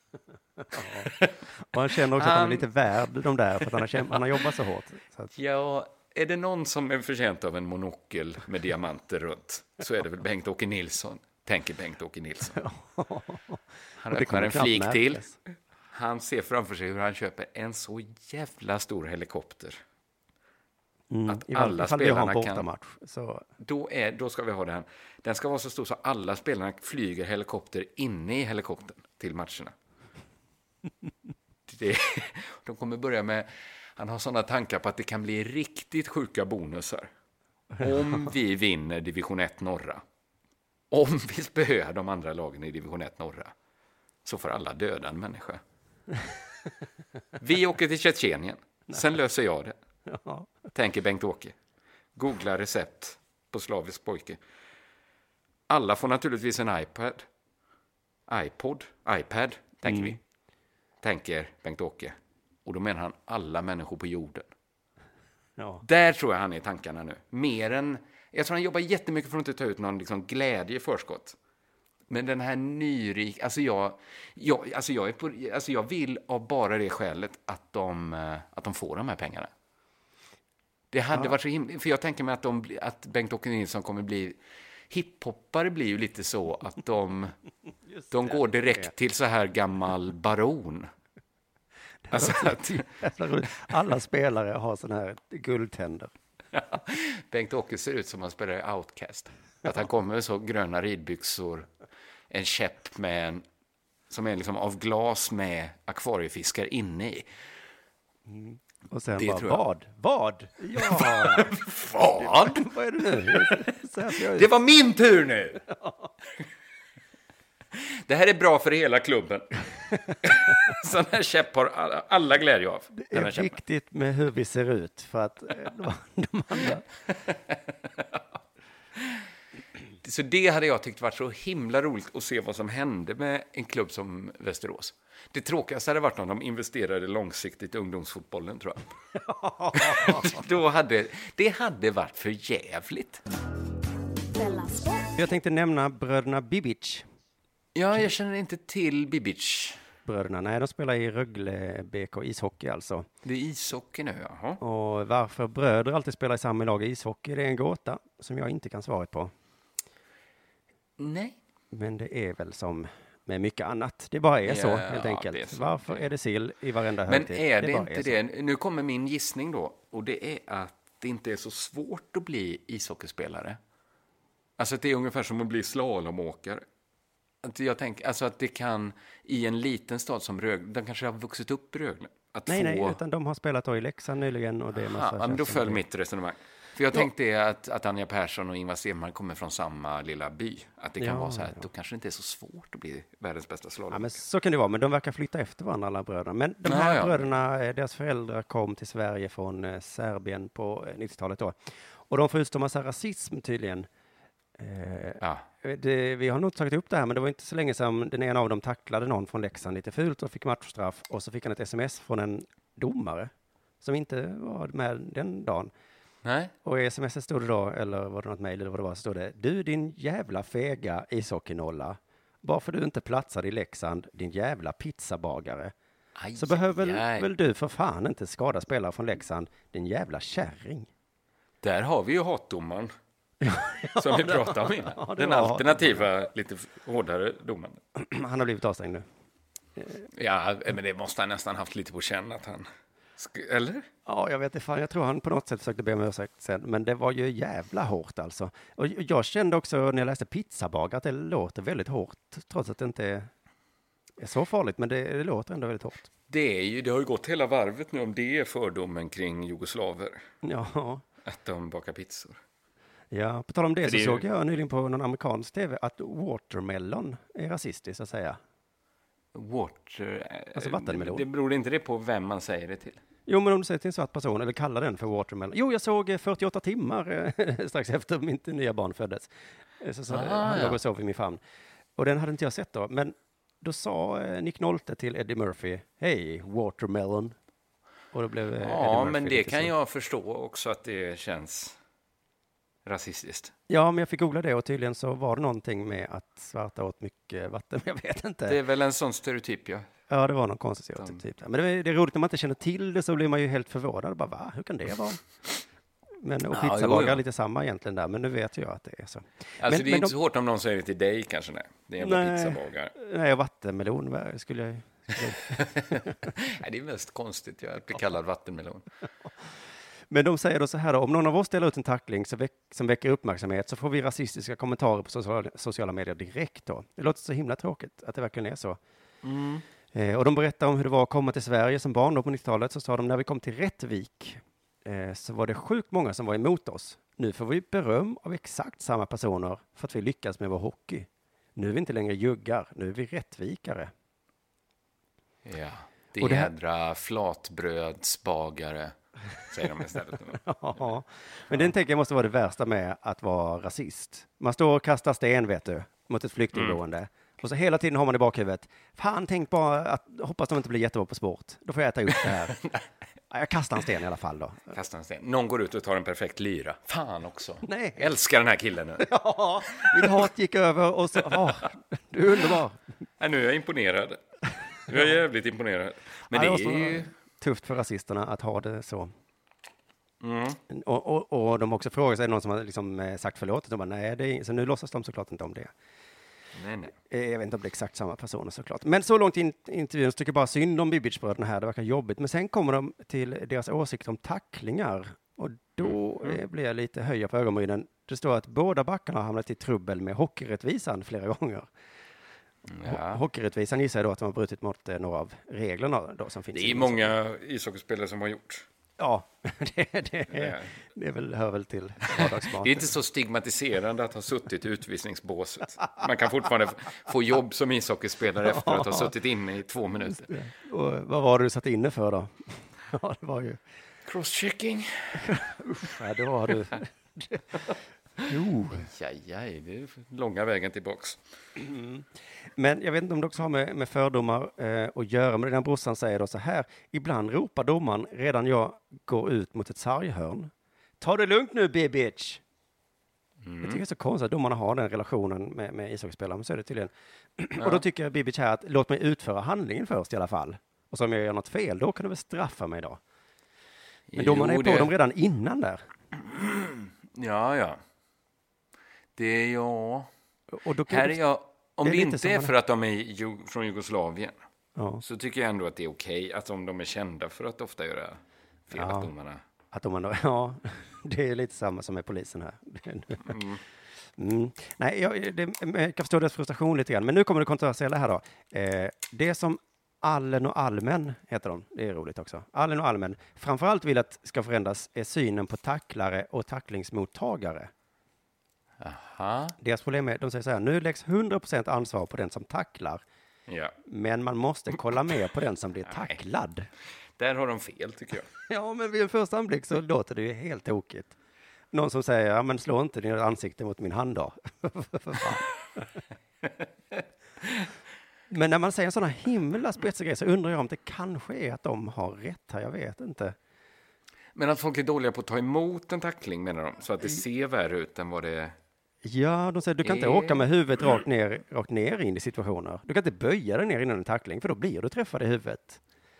Och han känner också att han är lite värd de där, för att han har jobbat så hårt. Så att... Ja, är det någon som är förtjänt av en monokel med diamanter runt, så är det väl Bengt-Åke Nilsson, tänker Bengt-Åke Nilsson. Han öppnar en flik till. Han ser framför sig hur han köper en så jävla stor helikopter. Att alla spelarna kan... Så... Då ska vi ha den. Den ska vara så stor så alla spelarna flyger helikopter inne i helikoptern till matcherna. De kommer börja med... Han har sådana tankar på att det kan bli riktigt sjuka bonusar. Om vi vinner division 1 norra. Om vi spöar de andra lagen i division 1 norra. Så får alla döda en människa. Vi åker till Tjetjenien. Sen löser jag det. Ja. Tänker Bengt-Åke. Googla recept på slavisk pojke. Alla får naturligtvis en iPad, tänker vi. Tänker Bengt-Åke. Och då menar han alla människor på jorden. Ja. Där tror jag han är i tankarna nu. Mer än... Jag tror han jobbar jättemycket för att inte ta ut någon liksom glädje i förskott. Men den här nyrik... jag vill av bara det skälet att de får de här pengarna. Det hade varit så himla... För jag tänker mig att Bengt-Åke Nilsson kommer bli... Hiphoppare blir ju lite så att de går direkt till så här gammal baron. Alltså att... Alla spelare har såna här guldtänder. Bengt-Åke ser ut som han spelar i Outcast. Att han kommer med så gröna ridbyxor, en käpp som är liksom av glas med akvariefiskar inne i. Och sen det bara, vad? Ja! Vad? Vad är det nu? Det var min tur nu! Det här är bra för hela klubben. Sån här käpp har alla glädje av. Det är viktigt med hur vi ser ut, för att de andra... Så det hade jag tyckt varit så himla roligt att se vad som hände med en klubb som Västerås. Det tråkigaste hade varit om de investerade långsiktigt i ungdomsfotbollen, tror jag. Det hade varit för jävligt. Jag tänkte nämna bröderna Bibic. Ja, jag känner inte till Bibic. Bröderna, nej, de spelar i Rögle BK ishockey alltså. Det är ishockey nu, jaha. Och varför bröder alltid spelar i samma lag i ishockey, det är en gåta som jag inte kan svara på. Nej. Men det är väl som med mycket annat. Det bara är så, helt enkelt. Är så. Varför är det sill i varenda Men högtid? är det inte det? Nu kommer min gissning då. Och det är att det inte är så svårt att bli ishockeyspelare. Alltså att det är ungefär som att bli slalomåkare. Att jag tänker, alltså att det kan i en liten stad som Rögle, den kanske har vuxit upp i Rögle. Nej, utan de har spelat då i Leksand nyligen. Och det är massa men då föll mitt resonemang. För jag tänkte att Anja Persson och Ingvar Stenmark kommer från samma lilla by. Att det kan vara så här, då kanske det inte är så svårt att bli världens bästa slalom. Ja, men så kan det vara, men de verkar flytta efter varandra, alla bröderna. Men de här bröderna, deras föräldrar kom till Sverige från Serbien på 90-talet då. Och de får utstå massa rasism tydligen. Vi har nog tagit upp det här, men det var inte så länge sedan den ena av dem tacklade någon från Leksand lite fult och fick matchstraff. Och så fick han ett sms från en domare som inte var med den dagen. Nej. Och i sms stod det då, eller var det något mejl eller vad det var, så stod det: du din jävla fega ishockeynolla. Varför du inte platsade i Leksand, din jävla pizzabagare. så behöver väl du för fan inte skada spelare från Leksand, din jävla kärring. Där har vi ju hatdomaren. Som vi pratade om innan. Den alternativa, lite hårdare domaren. Han har blivit avstängd nu. Ja, men det måste han nästan haft lite på känn att han... Eller? Ja, jag vet inte fan. Jag tror han på något sätt försökte be om ursäkt sen. Men det var ju jävla hårt alltså. Och jag kände också när jag läste Pizzabagare att det låter väldigt hårt. Trots att det inte är så farligt. Men det låter ändå väldigt hårt. Det har ju gått hela varvet nu om det är fördomen kring jugoslaver. Ja. Att de bakar pizzor. Ja, på tal om det så såg jag nyligen på någon amerikansk tv att watermelon är rasistiskt, så att säga. Alltså vattenmelon. Det beror inte det på vem man säger det till? Jo, men om du säger till en svart person eller kallar den för watermelon. Jo, jag såg 48 timmar strax efter mitt nya barn föddes. Så han låg och sov i min famn. Och den hade inte jag sett då. Men då sa Nick Nolte till Eddie Murphy, hej, watermelon. Och då blev Eddie Murphy men det kan jag förstå också att det känns rasistiskt. Ja, men jag fick googla det och tydligen så var det någonting med att svarta åt mycket vatten. Jag vet inte. Det är väl en sån stereotyp, ja. Ja, det var någon konstig stereotyp. Men det är roligt när man inte känner till det så blir man ju helt förvånad. Bara, va? Hur kan det vara? Men och pizzabagare är lite samma egentligen där, men nu vet jag att det är så. Alltså det är inte så hårt om någon säger det till dig kanske, nej. Det är en pizzabagare. Nej, vattenmelon skulle jag... Nej, det är mest konstigt att bli kallad vattenmelon. Men de säger då så här då, om någon av oss ställer ut en tackling som väcker uppmärksamhet så får vi rasistiska kommentarer på sociala medier direkt då. Det låter så himla tråkigt att det verkligen är så. Och de berättar om hur det var att komma till Sverige som barn då på 90-talet. Så sa de, när vi kom till Rättvik så var det sjukt många som var emot oss. Nu får vi beröm av exakt samma personer för att vi lyckas med vår hockey. Nu är vi inte längre juggar, nu är vi rättvikare. Ja, det jädra flatbrödsbagare, säger de istället. Ja, men den tänker jag måste vara det värsta med att vara rasist. Man står och kastar sten, vet du, mot ett flyktingboende. Och så hela tiden har man i bakhuvudet, fan, tänk bara att hoppas de inte blir jättebra på sport. Då får jag äta upp det här. Jag kastar en sten i alla fall då. Kastar en sten. Någon går ut och tar en perfekt lyra. Fan också. Nej. Älskar den här killen nu. Ja, mitt hat gick över och så, du är underbar. Ja, nu är jag imponerad. Nu är jag jävligt imponerad. Men det är ju tufft för rasisterna att ha det så. Och de också frågar sig, någon som har liksom sagt förlåt. Och de bara, nej, så nu låtsas de såklart inte om det. Nej. Jag vet inte om det är exakt samma personer såklart. Men så långt in i intervjun så tycker jag bara synd om Bibic-bröderna här. Det verkar jobbigt. Men sen kommer de till deras åsikt om tacklingar. Och då blir jag lite höja på ögonbrynen. Det står att båda backarna har hamnat i trubbel med hockeyrättvisan flera gånger. Ja. Hockeyrättvisan gissar jag då att de har brutit mot några av reglerna då som finns. Det är många ishockeyspelare som har gjort. Ja, det hör väl till vardagsmat. Det är inte så stigmatiserande att ha suttit i utvisningsbåset. Man kan fortfarande få jobb som ishockeyspelare efter att ha suttit inne i 2 minuter. Och vad var det du satt inne för då? Ja, det var ju... Crosschecking. Ja, det var du. Jo. Jajaj, det är långa vägen tillbaks. Men jag vet inte om det också har med fördomar att göra. Men den brorsan säger då så här. Ibland ropar domaren redan jag går ut mot ett sarghörn. Ta det lugnt nu, bitch. Jag tycker det är så konstigt att domarna har den relationen med ishockeyspelare. Men så är det tydligen. Och då tycker jag Bibic här att låt mig utföra handlingen först i alla fall. Och så om jag gör något fel, då kan du väl straffa mig då. Men domarna är på dem redan innan där. Ja. Det är jag. Och då här är jag. Om det inte är man... för att de är från Jugoslavien så tycker jag ändå att det är okej att om de är kända för att ofta göra fel att domarna... Ja, det är lite samma som med polisen här. Nej, jag kan förstå deras frustration lite grann. Men nu kommer det kontroversiella här då. Det som Allen och Almen heter de. Det är roligt också. Allen och Almen framförallt vill att ska förändras är synen på tacklare och tacklingsmottagare. Aha. Deras problem är, de säger så här, nu läggs 100% ansvar på den som tacklar. Ja. Men man måste kolla mer på den som blir tacklad. Där har de fel, tycker jag. Ja, men vid en första anblick så låter det ju helt tokigt. Någon som säger, ja men slå inte din ansikte mot min hand då. Men när man säger sådana himla spetsiga grejer så undrar jag om det kanske är att de har rätt här, jag vet inte. Men att folk är dåliga på att ta emot en tackling, menar de, så att det ser värre ut än vad det är. Ja, de säger du kan inte åka med huvudet rakt ner in i situationer. Du kan inte böja dig ner innan en tackling, för då blir du träffad i huvudet.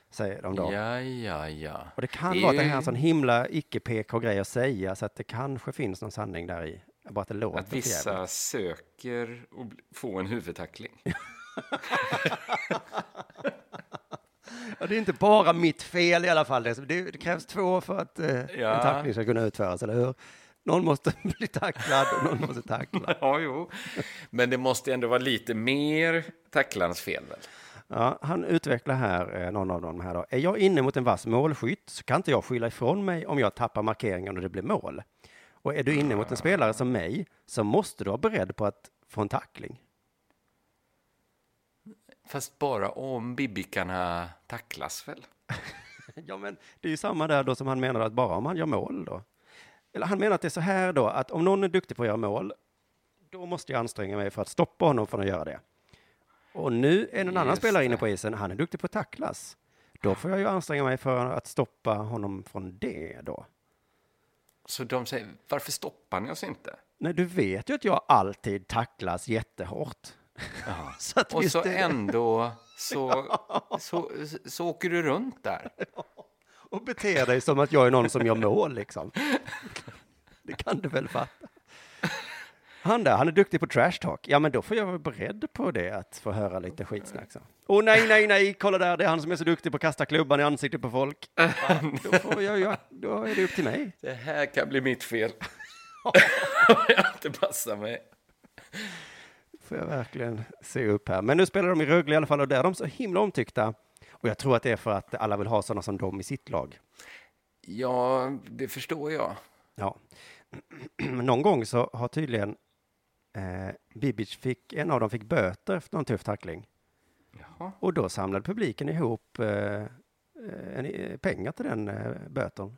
säger de då. Ja. Och det kan vara att det här är en sån himla icke-PK-grej att säga, så att det kanske finns någon sanning där i. Bara att det låter att vissa söker och få en huvudtackling. Ja, det är inte bara mitt fel i alla fall. Det krävs 2 för att en tackling ska kunna utföras, eller hur? Någon måste bli tacklad och någon måste tackla. Ja, jo. Men det måste ändå vara lite mer tacklarens fel, väl? Ja, han utvecklar här, någon av dem här då. Är jag inne mot en vass målskytt så kan inte jag skylla ifrån mig om jag tappar markeringen och det blir mål. Och är du inne mot en spelare som mig så måste du vara beredd på att få en tackling. Fast bara om bibbikarna tacklas väl? Ja, men det är ju samma där då som han menar att bara om han gör mål då. Eller han menar att det är så här då, att om någon är duktig på att göra mål, då måste jag anstränga mig för att stoppa honom från att göra det. Och nu är en annan spelare inne på isen, han är duktig på att tacklas. Då får jag ju anstränga mig för att stoppa honom från det då. Så de säger, varför stoppar ni oss inte? Nej, du vet ju att jag alltid tacklas jättehårt. Så att och så ändå så åker du runt där. Och beter dig som att jag är någon som gör mål liksom. Det kan du väl fatta. Han är duktig på trash talk. Ja, men då får jag vara beredd på det, att få höra lite skitsnack. Åh nej, kolla där, det är han som är så duktig på att kasta klubban i ansiktet på folk. Ja, då är det upp till mig. Det här kan bli mitt fel. Jag inte passar mig. Får jag verkligen se upp här. Men nu spelar de i Rögle i alla fall, och där är de så himla omtyckta. Och jag tror att det är för att alla vill ha sådana som de i sitt lag. Ja, det förstår jag. Ja. Någon gång så har tydligen Bibic en av dem fick böter efter någon tuff tackling. Jaha. Och då samlade publiken ihop pengar till den böten.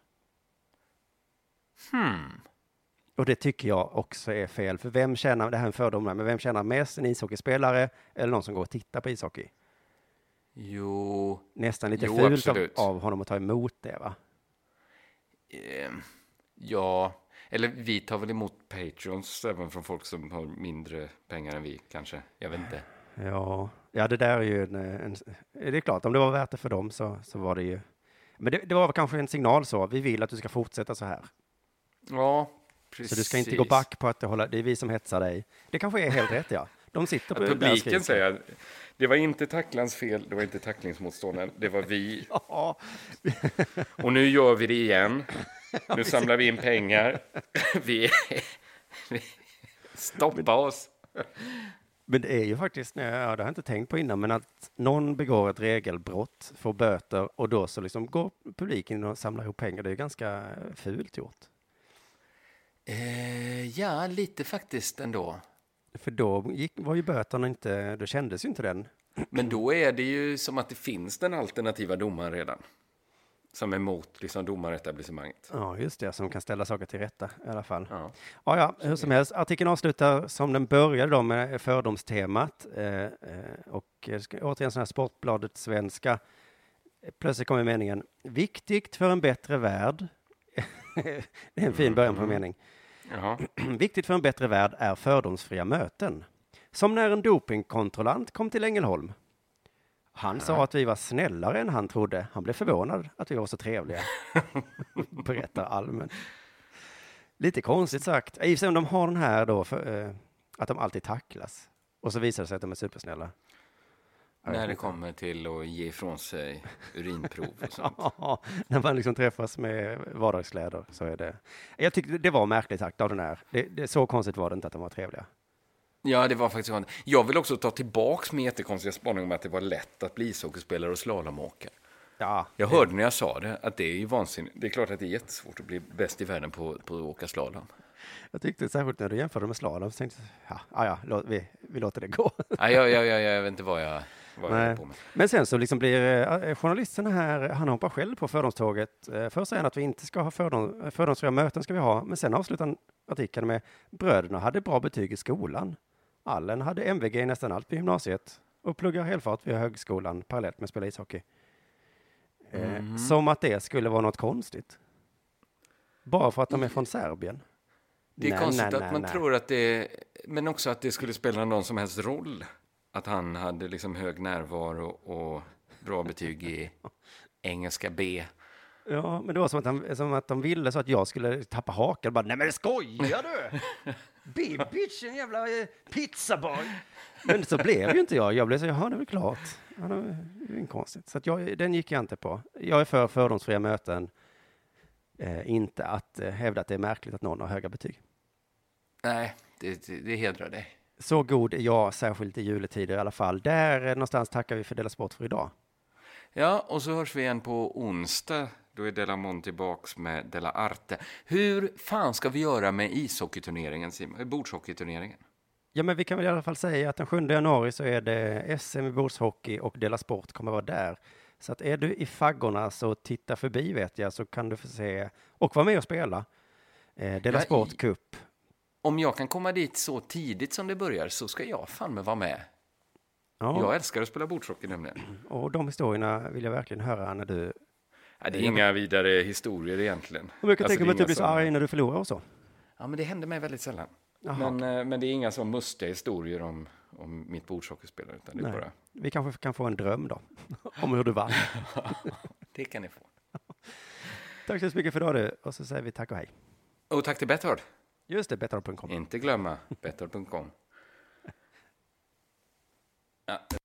Och det tycker jag också är fel. För vem tjänar, det här är en fördom, men vem tjänar mest, en ishockeyspelare eller någon som går och tittar på ishockey? Jo. Nästan lite fult av honom att ta emot det, va? Ja, eller vi tar väl emot Patreons även från folk som har mindre pengar än vi kanske. Jag vet inte. Ja, det där är ju det är klart, om det var värt det för dem så var det ju. Men det var kanske en signal så. Vi vill att du ska fortsätta så här. Ja, precis. Så du ska inte gå back på att det är vi som hetsar dig. Det kanske är helt rätt, ja. De sitter på publiken säger det var inte tacklans fel, det var inte tacklingsmotståndaren, det var vi. Ja. Och nu gör vi det igen. Nu samlar vi in pengar. Vi stoppa oss. Men det är ju faktiskt, det har jag inte tänkt på innan, men att någon begår ett regelbrott, får böter och då så liksom går publiken och samlar ihop pengar. Det är ganska fult gjort. Ja, lite faktiskt ändå. För då var ju böterna inte, då kändes ju inte den. Men då är det ju som att det finns den alternativa domaren redan. Som är emot liksom domaretablissemanget. Ja, just det. Som kan ställa saker till rätta i alla fall. Ja, hur som helst. Artikeln avslutar som den började då med fördomstemat. Och återigen sån här Sportbladet svenska. Plötsligt kommer meningen. Viktigt för en bättre värld. Det är en fin början på en mening. Viktigt för en bättre värld är fördomsfria möten. Som när en dopingkontrollant kom till Ängelholm. Han sa att vi var snällare än han trodde. Han blev förvånad att vi var så trevliga. Berättar allmänt. Lite konstigt sagt. I och för sig om de har den här då att de alltid tacklas. Och så visar det sig att de är supersnälla. När det kommer till att ge ifrån sig urinprov och sånt. Ja, när man liksom träffas med vardagskläder så är det. Jag tyckte det var märkligt sagt av den här. Det så konstigt var det inte att de var trevliga. Ja, det var faktiskt sånt. Jag vill också ta tillbaks med jättekonstiga spaning om att det var lätt att bli ishockeyspelare och slalomåkare. Ja, jag hörde när jag sa det att det är ju vansinnigt. Det är klart att det är jättesvårt att bli bäst i världen på att åka slalom. Jag tyckte särskilt när du jämförde med slalom så tänkte jag, vi låter det gå. Jag vet inte vad jag är på med. Men sen så liksom blir journalisterna här, han hoppar själv på fördomståget. Först säger han att vi inte ska ha fördomsfria möten ska vi ha, men sen avslutar han artikeln med bröderna hade bra betyg i skolan. Allen hade MVG i nästan allt på gymnasiet och pluggar helfart vid högskolan parallellt med att spela ishockey. Som att det skulle vara något konstigt. Bara för att de är från Serbien. Det är konstigt att man tror att det, men också att det skulle spela någon som helst roll. Att han hade liksom hög närvaro och bra betyg i engelska B. Ja, men det var som att de ville så att jag skulle tappa hakan. Bara, nej men skojar du? Bitch, en jävla pizzaboy. Men så blev ju inte jag. Jag blev så, jaha, det är väl klart. Ja, det är ju konstigt. Så att den gick jag inte på. Jag är för fördomsfria möten. Inte att hävda att det är märkligt att någon har höga betyg. Nej, det hedrar dig. Så god är jag, särskilt i juletider i alla fall. Där någonstans tackar vi för Della Sport för idag. Ja, och så hörs vi igen på onsdag. Då är Delamont tillbaks med Della Arte. Hur fan ska vi göra med ishockeyturneringen, Simon? Bordshockeyturneringen? Ja, men vi kan väl i alla fall säga att den 7 januari så är det SM i bordshockey och Della Sport kommer vara där. Så att är du i faggorna så titta förbi, vet jag, så kan du få se och vara med och spela Della Sport Cup. Om jag kan komma dit så tidigt som det börjar så ska jag fan med vara med. Ja. Jag älskar att spela bordshockey nämligen. Och de historierna vill jag verkligen höra när du... Ja, det är inga vidare historier egentligen. Och jag kan tänka mig att du blir så arg när du förlorar och så. Ja, men det händer mig väldigt sällan. Men det är inga så mustiga historier om mitt bordshockeyspel. Utan det är bara... Vi kanske kan få en dröm då. Om hur du vann. Det kan ni få. Tack så mycket för idag du. Och så säger vi tack och hej. Och tack till Betthard. Just det, Betthard.com. Inte glömma Betthard.com. Ja.